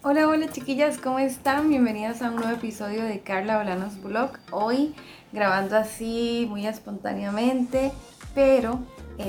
Hola, hola chiquillas, ¿cómo están? Bienvenidas a un nuevo episodio de Carla Bolanos Vlog. Hoy grabando así muy espontáneamente, pero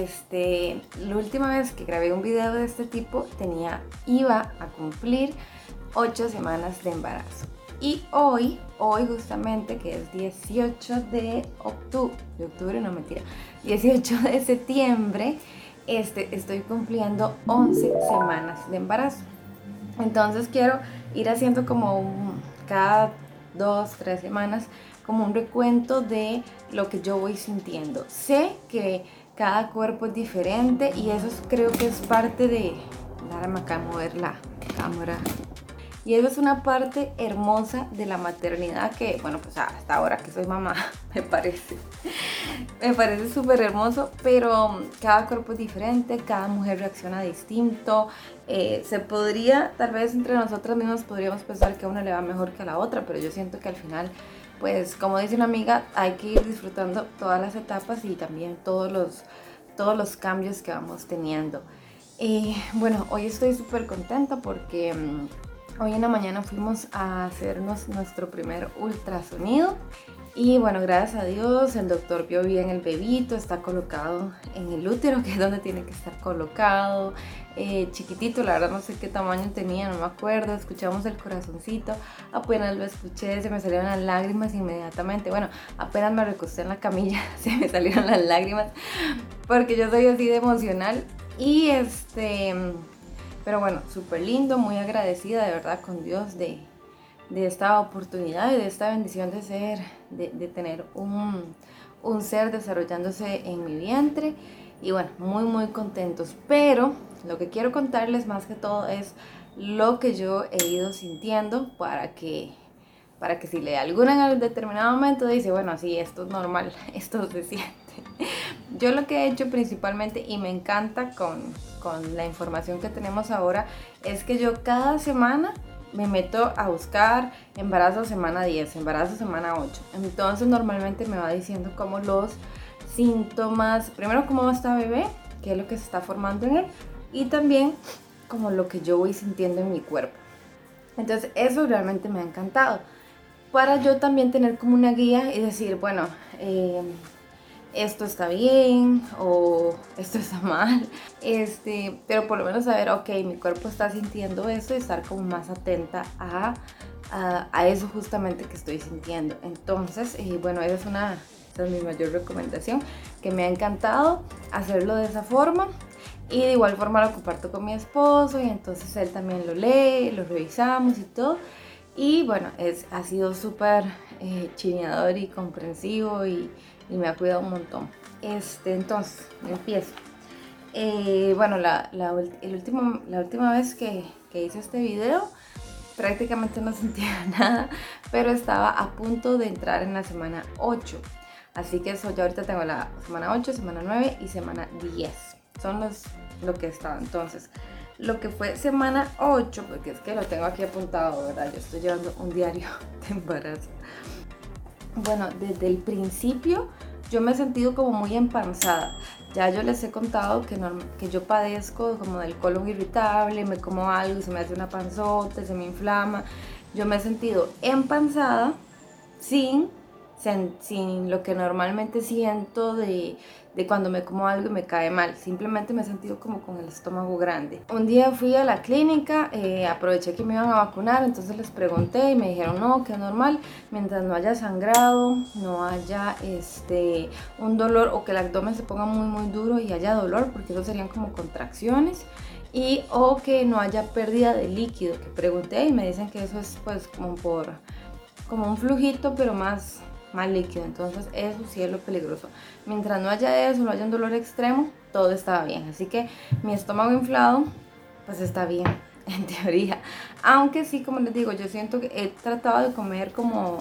la última vez que grabé un video de este tipo iba a cumplir 8 semanas de embarazo. Y hoy justamente, que es 18 de octubre, no mentira, 18 de septiembre, estoy cumpliendo 11 semanas de embarazo. Entonces quiero ir haciendo cada 2, 3 semanas como un recuento de lo que yo voy sintiendo. Sé que cada cuerpo es diferente y creo que es parte de... Ahora me acaba de mover la cámara. Y eso es una parte hermosa de la maternidad que, bueno, pues hasta ahora que soy mamá, me parece súper hermoso, pero cada cuerpo es diferente, cada mujer reacciona distinto. Tal vez entre nosotras mismas podríamos pensar que a una le va mejor que a la otra, pero yo siento que al final, pues como dice una amiga, hay que ir disfrutando todas las etapas y también todos los cambios que vamos teniendo. Bueno, hoy estoy súper contenta porque hoy en la mañana fuimos a hacernos nuestro primer ultrasonido y bueno, gracias a Dios el doctor vio bien el bebito, está colocado en el útero, que es donde tiene que estar colocado, chiquitito, la verdad no sé qué tamaño tenía, no me acuerdo. Escuchamos el corazoncito, apenas lo escuché se me salieron las lágrimas inmediatamente. Bueno, apenas me recosté en la camilla se me salieron las lágrimas porque yo soy así de emocional y pero bueno, súper lindo, muy agradecida de verdad con Dios de esta oportunidad y de esta bendición de tener un ser desarrollándose en mi vientre. Y bueno, muy contentos. Pero lo que quiero contarles más que todo es lo que yo he ido sintiendo para que si le alguna en determinado momento dice, bueno, sí, esto es normal, esto se siente. Yo lo que he hecho principalmente, y me encanta con la información que tenemos ahora, es que yo cada semana me meto a buscar embarazo semana 10, embarazo semana 8. Entonces normalmente me va diciendo como los síntomas, primero cómo está bebé, qué es lo que se está formando en él, y también como lo que yo voy sintiendo en mi cuerpo. Entonces eso realmente me ha encantado, para yo también tener como una guía y decir, bueno, esto está bien o esto está mal, pero por lo menos saber, ok, mi cuerpo está sintiendo esto y estar como más atenta a eso justamente que estoy sintiendo. Entonces, bueno, esa es mi mayor recomendación, que me ha encantado hacerlo de esa forma. Y de igual forma lo comparto con mi esposo y entonces él también lo lee, lo revisamos y todo. Y bueno, ha sido súper chineador y comprensivo y me ha cuidado un montón. Entonces, empiezo. Bueno, la última vez que hice este video, prácticamente no sentía nada, pero estaba a punto de entrar en la semana 8. Así que eso, ya ahorita tengo la semana 8, semana 9 y semana 10. Son lo que estaba entonces. Lo que fue semana 8, porque es que lo tengo aquí apuntado, ¿verdad? Yo estoy llevando un diario de embarazo. Bueno, desde el principio yo me he sentido como muy empanzada. Ya yo les he contado que yo padezco como del colon irritable, me como algo y se me hace una panzota, se me inflama. Yo me he sentido empanzada sin lo que normalmente siento de cuando me como algo y me cae mal. Simplemente me he sentido como con el estómago grande. Un día fui a la clínica, aproveché que me iban a vacunar, entonces les pregunté y me dijeron no, que es normal, mientras no haya sangrado, no haya un dolor o que el abdomen se ponga muy duro y haya dolor, porque eso serían como contracciones, o que no haya pérdida de líquido, que pregunté y me dicen que eso es pues como un flujito, pero más líquido. Entonces eso sí es lo peligroso. Mientras no haya eso, no haya un dolor extremo, todo estaba bien. Así que mi estómago inflado pues está bien en teoría, aunque sí, como les digo, yo siento que he tratado de comer como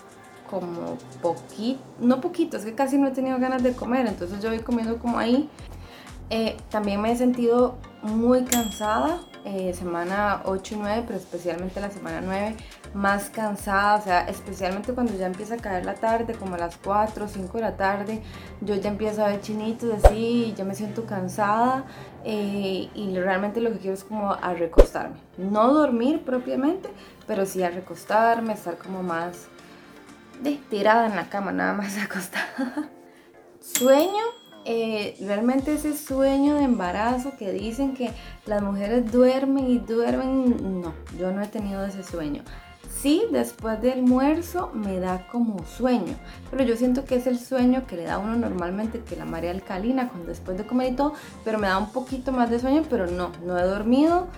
poquito, no poquito, es que casi no he tenido ganas de comer, entonces yo voy comiendo como ahí. También me he sentido muy cansada, semana 8 y 9, pero especialmente la semana 9, más cansada, o sea, especialmente cuando ya empieza a caer la tarde, como a las 4 o 5 de la tarde, yo ya empiezo a ver chinitos así, ya me siento cansada y realmente lo que quiero es como a recostarme, no dormir propiamente, pero sí a recostarme, estar como más tirada en la cama, nada más acostada. Sueño, realmente ese sueño de embarazo que dicen que las mujeres duermen y duermen, no, yo no he tenido ese sueño. Sí, después del almuerzo me da como sueño, pero yo siento que es el sueño que le da a uno normalmente, que la marea alcalina cuando después de comer y todo, pero me da un poquito más de sueño, pero no he dormido.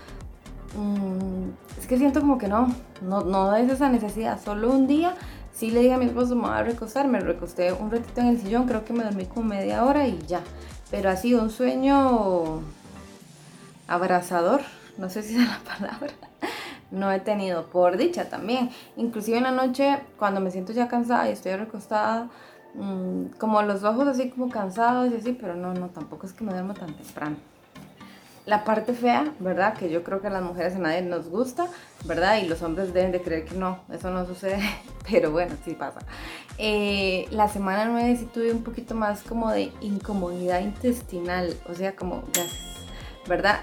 Es que siento como que no es esa necesidad, solo un día. Sí le dije a mi esposo, me voy a recostar, me recosté un ratito en el sillón, creo que me dormí como media hora y ya. Pero ha sido un sueño abrazador, no sé si es la palabra, no he tenido, por dicha también. Inclusive en la noche, cuando me siento ya cansada y estoy recostada, como los ojos así como cansados y así, pero no, tampoco es que me duermo tan temprano. La parte fea, ¿verdad? Que yo creo que a las mujeres a nadie nos gusta, ¿verdad? Y los hombres deben de creer que no, eso no sucede, pero bueno, sí pasa. La semana 9 sí tuve un poquito más como de incomodidad intestinal, o sea, como gases, ¿verdad?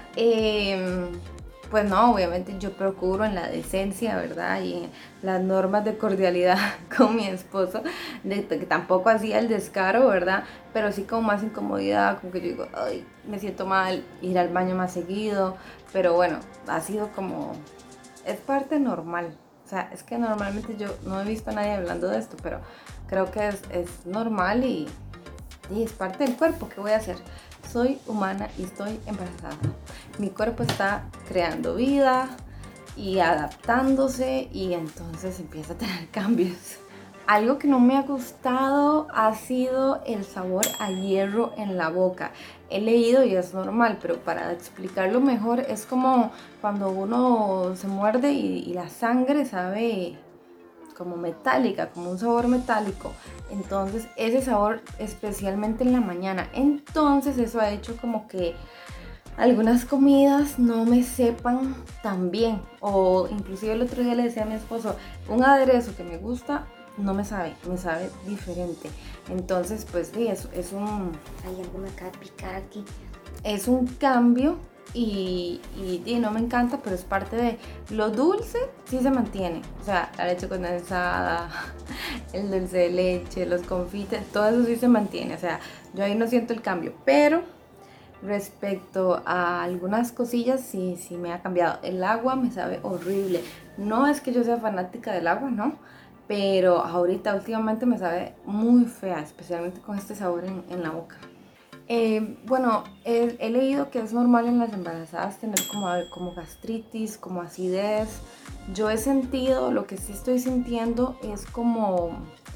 Pues no, obviamente yo procuro en la decencia, ¿verdad? Y en las normas de cordialidad con mi esposo, de que tampoco hacía el descaro, ¿verdad? Pero sí como más incomodidad, como que yo digo, ay, me siento mal, ir al baño más seguido, pero bueno, ha sido como, es parte normal. O sea, es que normalmente yo no he visto a nadie hablando de esto, pero creo que es normal y es parte del cuerpo. ¿Qué voy a hacer? Soy humana y estoy embarazada. Mi cuerpo está creando vida y adaptándose y entonces empieza a tener cambios. Algo que no me ha gustado ha sido el sabor a hierro en la boca. He leído y es normal, pero para explicarlo mejor es como cuando uno se muerde y la sangre sabe como metálica, como un sabor metálico. Entonces ese sabor especialmente en la mañana. Entonces eso ha hecho como que algunas comidas no me sepan tan bien. O inclusive el otro día le decía a mi esposo, un aderezo que me gusta no me sabe diferente. Entonces pues sí, es un... Ay, algo me acaba de picar aquí. Es un cambio y no me encanta, pero es parte de lo dulce, sí se mantiene. O sea, la leche condensada, el dulce de leche, los confites, todo eso sí se mantiene. O sea, yo ahí no siento el cambio, pero respecto a algunas cosillas sí me ha cambiado. El agua me sabe horrible. No es que yo sea fanática del agua, no, pero ahorita últimamente me sabe muy fea, especialmente con este sabor en la boca. Bueno, he leído que es normal en las embarazadas tener como gastritis, como acidez. Yo he sentido, lo que sí estoy sintiendo es como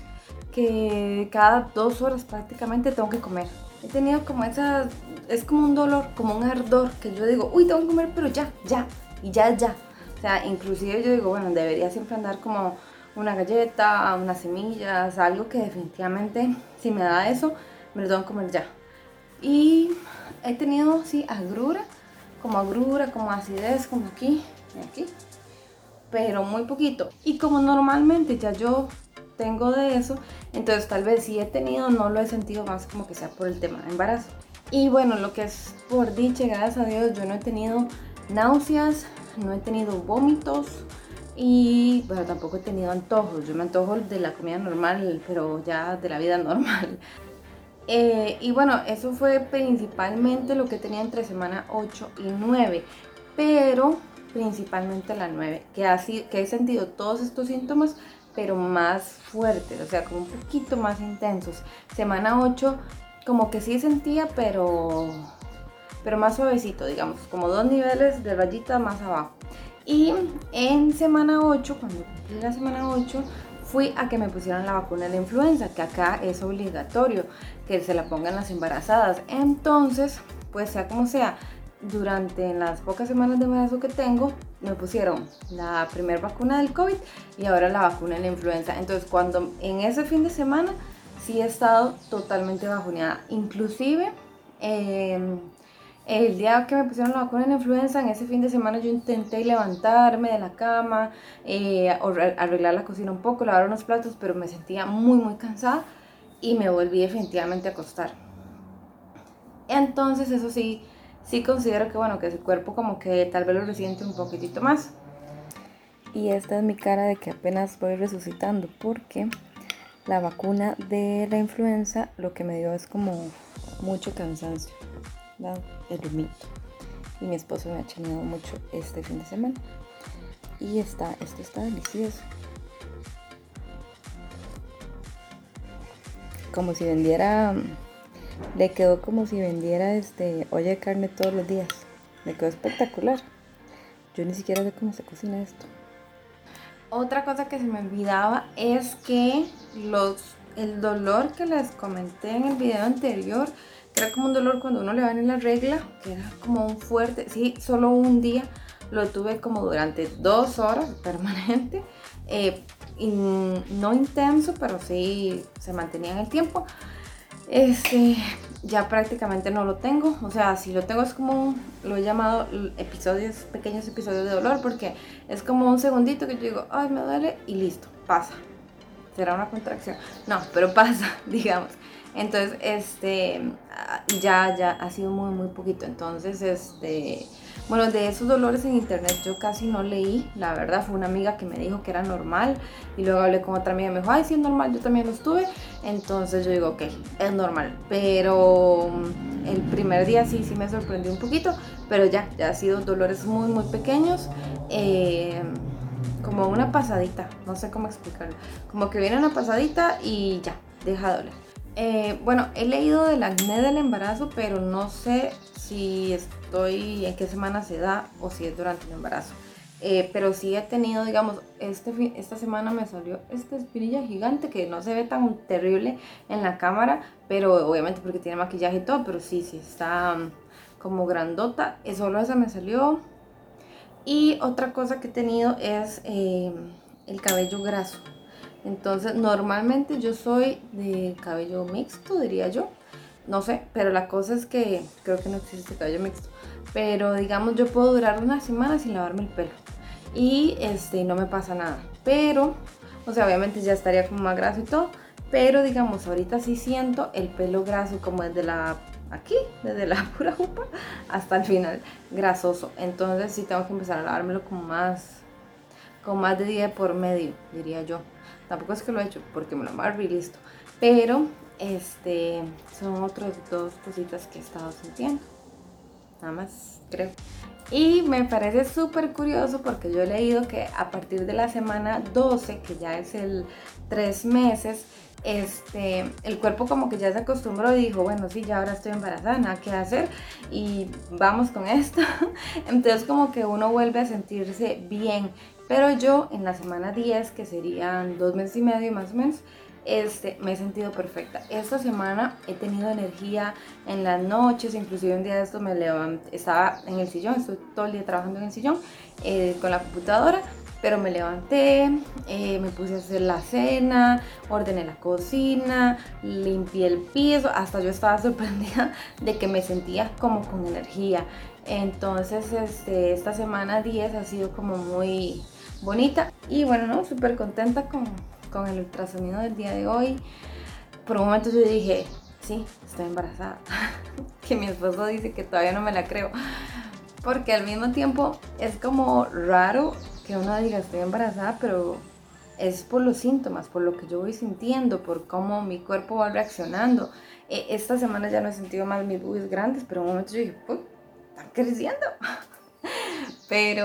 que cada 2 horas prácticamente tengo que comer. He tenido como es como un dolor, como un ardor, que yo digo, uy, tengo que comer, pero ya. O sea, inclusive yo digo, bueno, debería siempre andar como una galleta, unas semillas, algo que definitivamente, si me da eso, me lo tengo que comer ya. Y he tenido, sí, agrura, como acidez, como aquí, pero muy poquito. Y como normalmente ya yo tengo de eso, entonces tal vez si he tenido, no lo he sentido más como que sea por el tema de embarazo. Y bueno, lo que es por dicha, gracias a Dios, yo no he tenido náuseas, no he tenido vómitos y bueno, tampoco he tenido antojos. Yo me antojo de la comida normal, pero ya de la vida normal. Y bueno, eso fue principalmente lo que tenía entre semana 8 y 9, pero principalmente la 9, que he sentido todos estos síntomas, pero más fuertes, o sea, como un poquito más intensos. Semana 8 como que sí sentía, pero más suavecito, digamos, como 2 niveles de rayita más abajo. Y en semana 8, cuando cumplí la semana 8, fui a que me pusieran la vacuna de la influenza, que acá es obligatorio que se la pongan las embarazadas. Entonces, pues sea como sea, durante las pocas semanas de embarazo que tengo, me pusieron la primera vacuna del COVID y ahora la vacuna de la influenza. Entonces, cuando en ese fin de semana sí he estado totalmente bajoneada. Inclusive, el día que me pusieron la vacuna de la influenza, en ese fin de semana yo intenté levantarme de la cama, arreglar la cocina un poco, lavar unos platos, pero me sentía muy muy cansada y me volví definitivamente a acostar. Entonces eso sí, sí considero que bueno, que ese cuerpo como que tal vez lo resiente un poquitito más. Y esta es mi cara de que apenas voy resucitando, porque la vacuna de la influenza lo que me dio es como mucho cansancio, ¿no? El humito. Y mi esposo me ha chaneado mucho este fin de semana. Y esto está delicioso. Como si vendiera, le quedó como si vendiera olla de carne todos los días. Le quedó espectacular. Yo ni siquiera sé cómo se cocina esto. Otra cosa que se me olvidaba es que el dolor que les comenté en el video anterior, que era como un dolor cuando uno le va en la regla, que era como un fuerte, sí, solo un día lo tuve como durante 2 horas permanente, no intenso, pero sí se mantenía en el tiempo. Ya prácticamente no lo tengo, o sea, si lo tengo es como lo he llamado pequeños episodios de dolor, porque es como un segundito que yo digo, ay, me duele y listo, pasa. Será una contracción, no, pero pasa, digamos. Entonces, ya ha sido muy, muy poquito. Entonces, bueno, de esos dolores en internet yo casi no leí, la verdad. Fue una amiga que me dijo que era normal y luego hablé con otra amiga y me dijo, ay, sí es normal, yo también los tuve. Entonces yo digo, ok, es normal, pero el primer día sí me sorprendió un poquito, pero ya ha sido dolores muy, muy pequeños. Como una pasadita, no sé cómo explicarlo, como que viene una pasadita y ya, deja de doler. Bueno, he leído del acné del embarazo, pero no sé si en qué semana se da o si es durante el embarazo. Pero sí he tenido, digamos, esta semana me salió esta espinilla gigante que no se ve tan terrible en la cámara, pero obviamente porque tiene maquillaje y todo, pero sí está como grandota. Solo esa me salió. Y otra cosa que he tenido es el cabello graso. Entonces, normalmente yo soy de cabello mixto, diría yo. No sé, pero la cosa es que creo que no existe cabello mixto. Pero digamos, yo puedo durar una semana sin lavarme el pelo. Y no me pasa nada. Pero, o sea, obviamente ya estaría como más graso y todo. Pero digamos, ahorita sí siento el pelo graso como desde desde la pura jupa hasta el final, grasoso. Entonces sí tengo que empezar a lavármelo con más de día por medio, diría yo. Tampoco es que lo he hecho porque me lo amarro y listo. Pero son otras 2 cositas que he estado sintiendo. Nada más, creo. Y me parece súper curioso porque yo he leído que a partir de la semana 12, que ya es el 3 meses, el cuerpo como que ya se acostumbró y dijo, bueno, sí, ya ahora estoy embarazada, nada que hacer y vamos con esto. Entonces como que uno vuelve a sentirse bien. Pero yo en la semana 10, que serían 2 meses y medio más o menos, me he sentido perfecta. Esta semana he tenido energía en las noches, inclusive un día de esto me levanté, estaba en el sillón, estoy todo el día trabajando en el sillón con la computadora, pero me levanté, me puse a hacer la cena, ordené la cocina, limpié el piso, hasta yo estaba sorprendida de que me sentía como con energía. Entonces esta semana 10 ha sido como muy bonita y bueno, no, súper contenta con el ultrasonido del día de hoy. Por un momento yo dije, sí, estoy embarazada. Que mi esposo dice que todavía no me la creo. Porque al mismo tiempo es como raro que uno diga estoy embarazada, pero es por los síntomas, por lo que yo voy sintiendo, por cómo mi cuerpo va reaccionando. Esta semana ya no he sentido más mis boobies grandes, pero en un momento yo dije, pues, están creciendo. Pero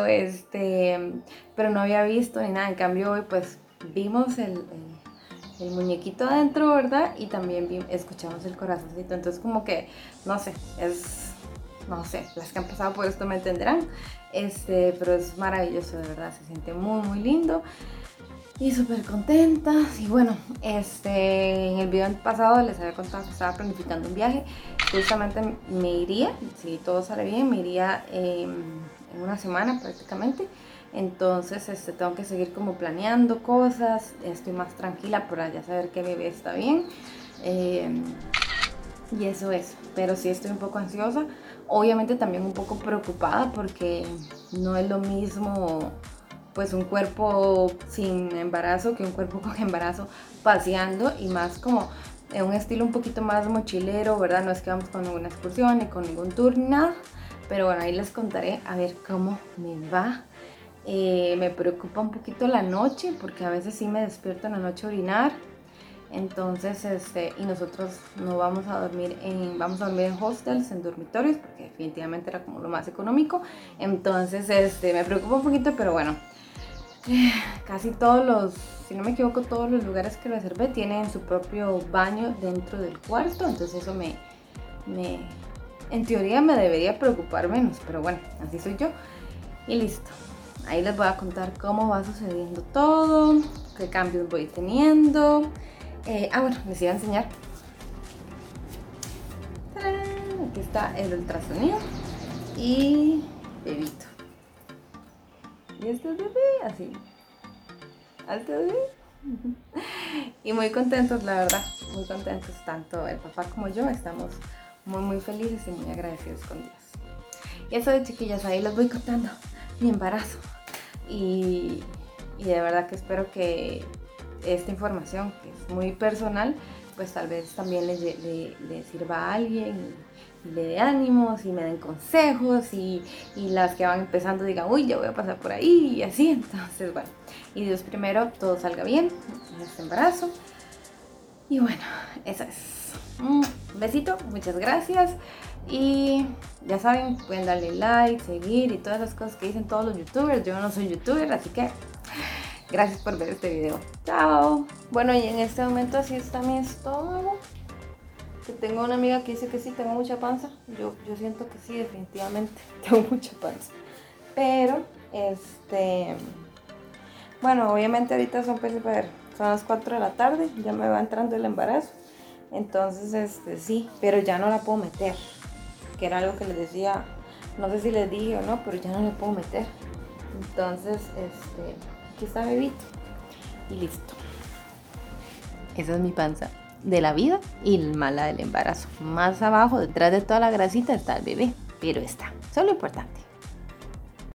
pero no había visto ni nada. En cambio hoy pues vimos el muñequito adentro, ¿verdad? Y también escuchamos el corazoncito. Entonces como que, no sé, no sé, las que han pasado por esto me entenderán. Pero es maravilloso, de verdad, se siente muy, muy lindo. Y súper contenta. Y bueno, en el video pasado les había contado que estaba planificando un viaje. Justamente me iría, si todo sale bien, me iría en una semana prácticamente. Entonces tengo que seguir como planeando cosas. Estoy más tranquila para ya saber que bebé está bien. Y eso es. Pero sí estoy un poco ansiosa Obviamente también un poco preocupada porque no es lo mismo pues un cuerpo sin embarazo que un cuerpo con embarazo paseando, y más como en un estilo un poquito más mochilero, ¿verdad? No es que vamos con ninguna excursión ni con ningún tour ni nada, pero bueno, ahí les contaré a ver cómo me va. Me preocupa un poquito la noche porque a veces sí me despierto en la noche a orinar. Entonces, y nosotros no vamos a dormir en hostels, en dormitorios, porque definitivamente era como lo más económico. Entonces, me preocupa un poquito, pero bueno, casi todos los, si no me equivoco, todos los lugares que reservé tienen su propio baño dentro del cuarto. Entonces eso en teoría me debería preocupar menos, pero bueno, así soy yo. Y listo. Ahí les voy a contar cómo va sucediendo todo, qué cambios voy teniendo. Bueno, les iba a enseñar. ¡Tarán! Aquí está el ultrasonido y bebito. Y este es bebé, así. Este bebé. Y muy contentos, la verdad, muy contentos. Tanto el papá como yo estamos muy felices y muy agradecidos con Dios. Y eso de chiquillas, ahí les voy contando mi embarazo. Y de verdad que espero que esta información, que es muy personal, pues tal vez también le sirva a alguien y le dé ánimos y me den consejos, y las que van empezando digan, uy, ya voy a pasar por ahí y así. Entonces, bueno, y Dios primero, todo salga bien en este embarazo. Y bueno, eso es. Un besito, muchas gracias. Y ya saben, pueden darle like, seguir y todas las cosas que dicen todos los youtubers. Yo no soy youtuber, así que gracias por ver este video. Chao. Bueno, y en este momento así está mi estómago. Que tengo una amiga que dice que sí, tengo mucha panza. Yo siento que sí, definitivamente tengo mucha panza. Pero, bueno, obviamente ahorita son las 4 de la tarde, ya me va entrando el embarazo. Entonces, sí, pero ya no la puedo meter. Que era algo que les decía, no sé si les dije o no, pero ya no la puedo meter. Entonces, aquí está bebito y listo. Esa es mi panza de la vida y la del embarazo. Más abajo, detrás de toda la grasita, está el bebé, pero está, eso es lo importante.